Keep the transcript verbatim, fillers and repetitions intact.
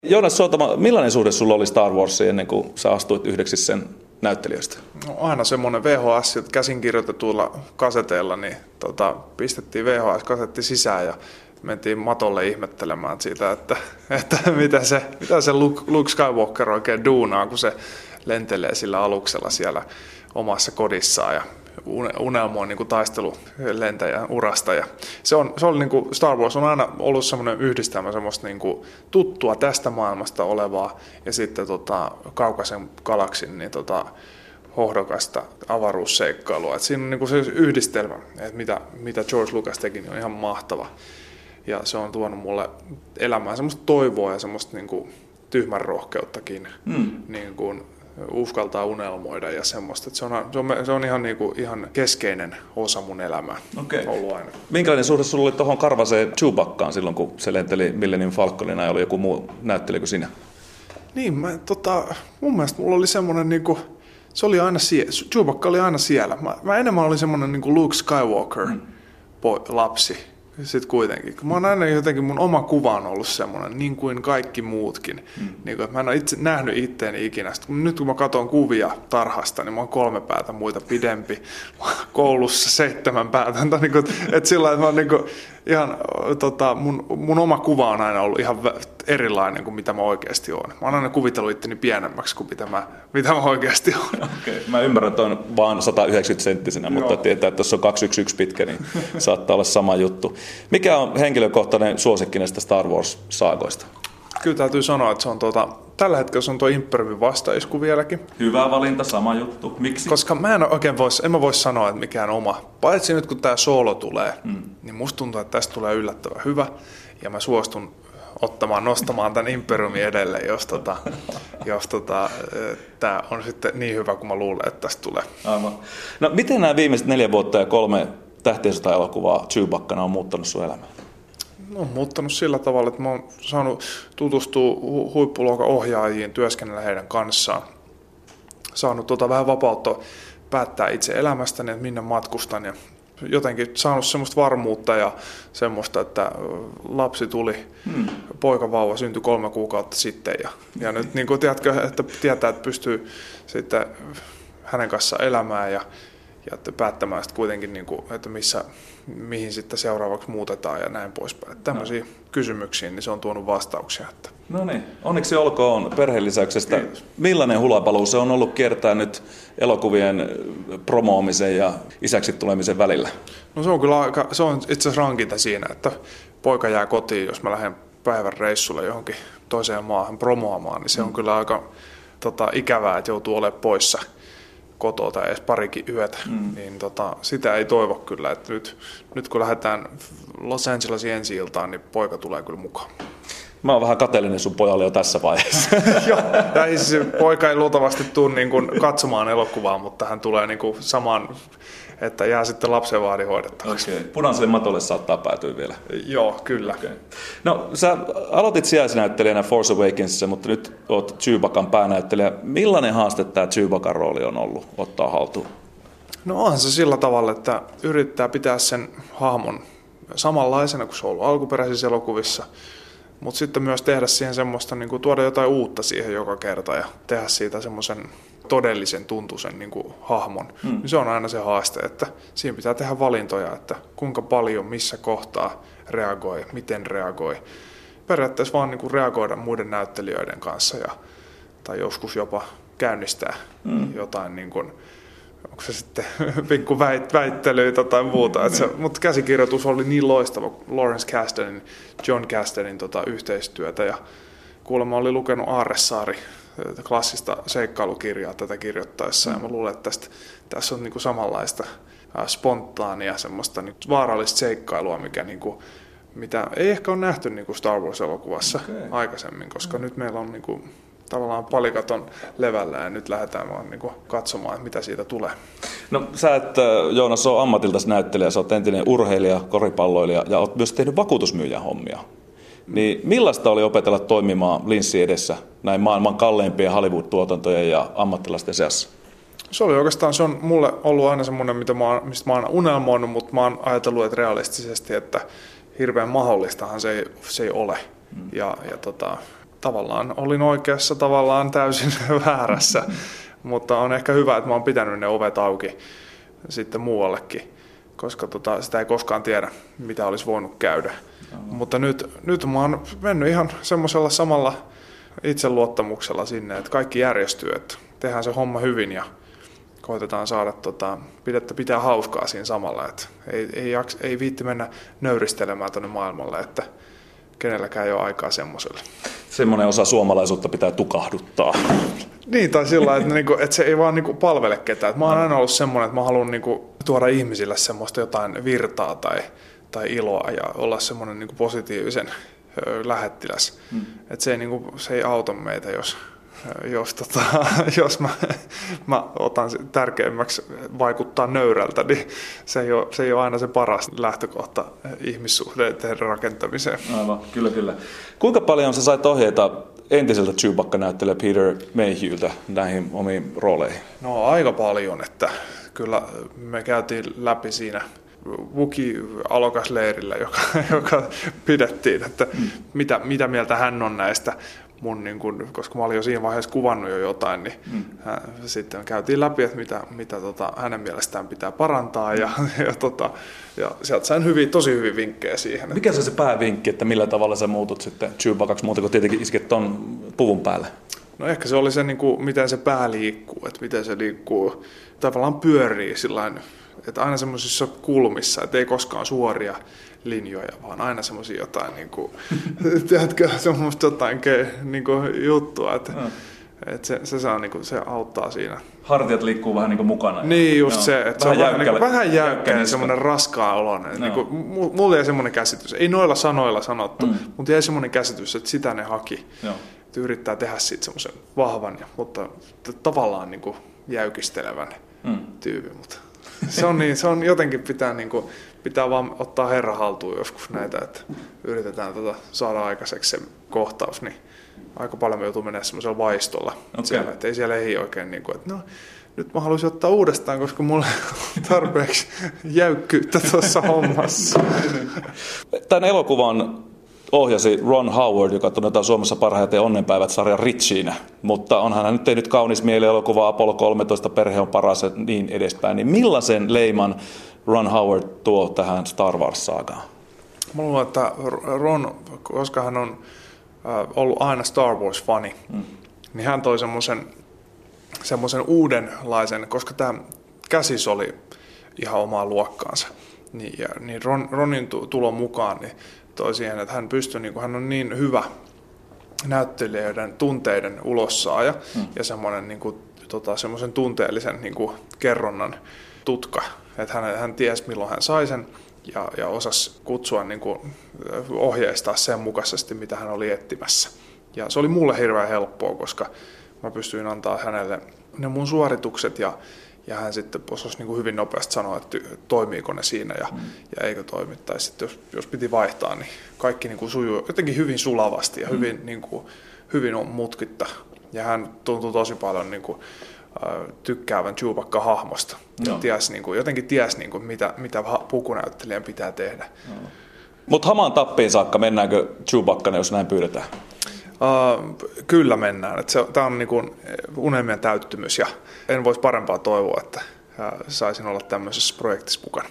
Joonas Sootama, millainen suhde sulla oli Star Warsiin ennen kuin sä astuit yhdeksi sen näyttelijöistä? No, aina semmoinen V H S, käsin kirjoitetuilla kaseteilla, niin tota, pistettiin V H S-kasetti sisään ja mentiin matolle ihmettelemään siitä, että, että mitä se, mitä se Luke, Luke Skywalker oikein duunaa, kun se lentelee sillä aluksella siellä omassa kodissaan ja unelmoi niin kuin taistelulentäjän urasta. Ja se, on, se oli niin kuin Star Wars on aina ollut semmoinen yhdistelmä semmoista niin kuin tuttua tästä maailmasta olevaa ja sitten tota, kaukaisen galaksin niin tota, hohdokasta avaruusseikkailua. Et siinä on niin kuin se yhdistelmä, että mitä, mitä George Lucas teki, niin on ihan mahtava. Ja se on tuonut mulle elämään semmoista toivoa ja semmoista niin kuin tyhmän rohkeuttakin. Hmm. Niin kuin uskaltaa unelmoida ja semmoista. Se on, se on, se on ihan, niin kuin, ihan keskeinen osa mun elämää okay. ollut aina. Minkälainen suhde sulla oli tuohon Karvaseen Chewbaccaan silloin, kun se lenteli Millennium Falconina ja oli joku muu näyttelijä kuin sinä? Niin, mä, tota, mun mielestä mulla oli semmoinen, niin kuin, se oli aina siellä, Chewbacca oli aina siellä. Mä, mä enemmän olin semmoinen niin kuin Luke Skywalker mm. lapsi. Sitten kuitenkin. Mä oon aina jotenkin, mun oma kuva on ollut semmoinen, niin kuin kaikki muutkin. Mm. Niin kuin, että mä en ole itse nähnyt itteeni ikinä. Sitten, nyt kun mä katson kuvia tarhasta, niin mä oon kolme päätä muita pidempi. Koulussa seitsemän päätä. Niin kuin, että sillä että mä oon niin kuin, ihan, tota, mun, mun oma kuva on aina ollut ihan erilainen kuin mitä mä oikeasti oon. Mä oon aina kuvitellut itteni pienemmäksi kuin mitä mä, mitä mä oikeasti oon. Okay. Mä ymmärrän, että on vaan sata yhdeksänkymmentä senttisenä, mutta tietää, että jos on kaksi yksi yksi pitkä, niin saattaa olla sama juttu. Mikä on henkilökohtainen suosikki näistä Star Wars-saagoista? Kyllä täytyy sanoa, että se on tuota, tällä hetkellä se on tuo Imperiumin vastaisku vieläkin. Hyvä valinta, sama juttu. Miksi? Koska mä en oikein vois, en mä vois sanoa, että mikään oma. Paitsi nyt kun tää Solo tulee, mm. niin musta tuntuu, että tästä tulee yllättävän hyvä. Ja mä suostun ottamaan, nostamaan tämän Imperiumin edelle, jos, tota, jos tota, tää on sitten niin hyvä kuin mä luulen, että tästä tulee. Aivan. No miten nämä viimeiset neljä vuotta ja kolme Tähtien sota-elokuvaa Chewbaccana on muuttanut sun elämää? No, on muuttanut sillä tavalla, että mä oon saanut tutustua hu- huippuluokan ohjaajiin, työskennellä heidän kanssaan. Saanut tota vähän vapautta päättää itse elämästäni, että minne matkustan. Ja jotenkin saanut semmoista varmuutta ja semmoista, että lapsi tuli, hmm. poikavauva syntyi kolme kuukautta sitten. Ja, ja nyt niin kuin tiedätkö, että tietää, että pystyy sitten hänen kanssaan elämään ja ja päättämään sitten kuitenkin, niin kuin, että missä, mihin sitten seuraavaksi muutetaan ja näin poispäin. Että tämmöisiä no. kysymyksiä, niin se on tuonut vastauksia. Että. No niin, onneksi olkoon perhelisäyksestä. Kiitos. Millainen hulapaluu se on ollut kiertää nyt elokuvien promoomisen ja isäksi tulemisen välillä? No se on kyllä aika, se on itse asiassa rankinta siinä, että poika jää kotiin, jos mä lähden päivän reissulle johonkin toiseen maahan promoamaan, niin se on mm. kyllä aika tota, ikävää, että joutuu olemaan poissa kotoa tai edes parikin yötä, mm. niin tota, sitä ei toivo kyllä, että nyt, nyt kun lähdetään Los Angelesin ensi-iltaan, niin poika tulee kyllä mukaan. Mä oon vähän kateellinen sun pojalle jo tässä vaiheessa. Joo, ja siis poika ei luultavasti tule niin kuin katsomaan elokuvaa, mutta hän tulee niin kuin samaan, että jää sitten lapsenvahdin hoidettavaksi. Okay. Punaiselle matolle saattaa päätyä vielä. Joo, kyllä. Okay. No, sä aloitit sijaisnäyttelijänä Force Awakensissa, mutta nyt oot Chewbaccan päänäyttelijä. Millainen haaste tämä Chewbaccan rooli on ollut ottaa haltuun? No onhan se sillä tavalla, että yrittää pitää sen hahmon samanlaisena kuin se on ollut alkuperäisissä elokuvissa, mutta sitten myös tehdä siihen semmoista, niin kuin tuoda jotain uutta siihen joka kerta ja tehdä siitä semmoisen todellisen tuntuisen niin kuin hahmon. Hmm. Se on aina se haaste, että siinä pitää tehdä valintoja, että kuinka paljon, missä kohtaa reagoi, miten reagoi. Periaatteessa vaan niin kuin reagoida muiden näyttelijöiden kanssa ja, tai joskus jopa käynnistää hmm. jotain, niin kuin, onko se sitten pikku väit, väittelyitä tai muuta. Se, mutta käsikirjoitus oli niin loistava, Lawrence Kasdanin, John Kasdanin tota, yhteistyötä ja kuulemma oli lukenut Aarresaari klassista seikkailukirjaa tätä kirjoittaessa mm. ja mä luulen, että tästä, tässä on niinku samanlaista äh, spontaania semmoista niinku vaarallista seikkailua, mikä niinku, mitä ei ehkä ole nähty niinku Star Wars-elokuvassa okay. aikaisemmin, koska mm. nyt meillä on niinku, tavallaan palikat on levällä ja nyt lähdetään vaan niinku katsomaan, että mitä siitä tulee. No sä et, Joonas, ole ammatiltasi näyttelijä, sä oot entinen urheilija, koripalloilija ja oot myös tehnyt vakuutusmyyjän hommia. Niin millaista oli opetella toimimaan linssi edessä näin maailman kalleimpien Hollywood-tuotantojen ja ammattilaisten seassa? Se oli oikeastaan, se on mulle ollut aina semmoinen, mitä mä oon, mistä mä oon unelmoinut, mutta mä oon ajatellut, että realistisesti, että hirveän mahdollistahan se ei, se ei ole. Hmm. Ja, ja tota, tavallaan olin oikeassa, tavallaan täysin väärässä, mutta on ehkä hyvä, että mä oon pitänyt ne ovet auki sitten muuallekin, koska tota, sitä ei koskaan tiedä, mitä olisi voinut käydä. Mm. Mutta nyt, nyt mä oon mennyt ihan semmoisella samalla itseluottamuksella sinne, että kaikki järjestyy, että tehdään se homma hyvin ja koitetaan saada tota, pidettä pitää hauskaa siinä samalla, että ei, ei, jaks, ei viitti mennä nöyristelemään tuonne maailmalle, että kenelläkään ei ole aikaa semmoiselle. Semmoinen osa suomalaisuutta pitää tukahduttaa. Niin, tai sillä että, niinku, että se ei vaan niinku palvele ketään. Mä oon aina ollut semmoinen, että mä haluan niinku tuoda ihmisille semmoista jotain virtaa tai, tai iloa ja olla semmoinen niinku positiivisen ö, lähettiläs. Mm. Että se, niinku, se ei auta meitä, jos, jos, tota, jos mä, mä otan tärkeimmäksi vaikuttaa nöyrältä, niin se ei, ole, se ei ole aina se paras lähtökohta ihmissuhteiden rakentamiseen. Aivan, kyllä, kyllä. Kuinka paljon sä sait ohjeita entiseltä Chewbacca-näyttelijä Peter Mayhewltä näihin omiin rooleihin? No aika paljon, että kyllä me käytiin läpi siinä Wookie-alokasleirillä, joka, joka pidettiin, että mm. mitä, mitä mieltä hän on näistä mun, niin kun, koska mä olin jo siinä vaiheessa kuvannut jo jotain, niin mm. hän, sitten käytiin läpi, että mitä, mitä tota, hänen mielestään pitää parantaa ja, ja, tota, ja sieltä sain hyvin, tosi hyvin vinkkejä siihen. Mikä se se päävinkki, että millä tavalla sä muutut sitten Chewbaccaksi muuta kuin tietenkin isket ton puvun päälle? No ehkä se oli se, niin kuin, miten se pää liikkuu, että miten se liikkuu, tavallaan pyörii sillain, että aina semmoisissa kulmissa, että ei koskaan suoria linjoja, vaan aina semmoisia jotain, niin kuin, tiedätkö, semmoista jotain niin kuin, juttua, että, mm. että se, se, saa, niin kuin, se auttaa siinä. Hartiat liikkuu vähän niin kuin mukana. Niin, just no. se, että vähän se on vähän, niin kuin, vähän jäykkä ja semmoinen raskaan oloinen. No. Niin kuin, mulla jäi semmoinen käsitys, ei noilla sanoilla sanottu, mm. mutta jäi semmoinen käsitys, että sitä ne haki. No. Että yrittää tehdä siitä semmoisen vahvan, mutta tavallaan niin kuin jäykistelevän mm. tyypin, mutta se on, niin, se on jotenkin pitää, niin kuin, pitää vaan ottaa herra haltuun joskus näitä, että yritetään tota saada aikaiseksi se kohtaus, niin aika paljon me joutuu menemään semmoisella vaistolla okay. siellä, että ei siellä ei oikein, niin kuin, että no nyt mä haluaisin ottaa uudestaan, koska mulla on tarpeeksi jäykkyyttä tuossa hommassa. Tämän elokuvan ohjasi Ron Howard, joka tunnetaan Suomessa parhaiten Onnenpäivät-sarjan Richie'nä, mutta onhan hän nyt tehnyt kaunis mieli-elokuva Apollo kolmetoista, Perhe on paras ja niin edespäin. Niin millaisen leiman Ron Howard tuo tähän Star Wars-saagaan? Mä luulen, että Ron, koska hän on ollut aina Star Wars-fani, mm. niin hän toi semmoisen semmoisen uudenlaisen, koska tämä käsis oli ihan omaa luokkaansa, niin, ja, niin Ron, Ronin tulon mukaan niin toi siihen, että hän pystyy, niin kuin, hän on niin hyvä näyttelijöiden tunteiden ulossaaja mm. ja semmoinen niin kuin, tota, semmoisen tunteellisen niin kuin, kerronnan tutka, että hän, hän tiesi milloin hän sai sen ja, ja osasi kutsua niin kuin, ohjeistaa sen mukaisesti, mitä hän oli etsimässä. Ja se oli mulle hirveän helppoa, koska mä pystyin antaa hänelle ne mun suoritukset ja Ja hän sitten osasi niin kuin hyvin nopeasti sanoa, että toimiiko ne siinä ja, mm. ja eikö toimi. Tai sitten jos, jos piti vaihtaa, niin kaikki niin kuin sujuu jotenkin hyvin sulavasti ja mm. hyvin, niin kuin, hyvin on mutkitta. Ja hän tuntui tosi paljon niin kuin, äh, tykkäävän Chewbacca-hahmosta. No. Ties, niin kuin, jotenkin tiesi, niin kuin, mitä, mitä pukunäyttelijän pitää tehdä. No. Mutta hamaan tappiin saakka mennäänkö Chewbaccana, jos näin pyydetään? Uh, kyllä mennään. Tämä on niinku unelmien täyttymys ja en voisi parempaa toivoa, että uh, saisin olla tämmöisessä projektissa mukana.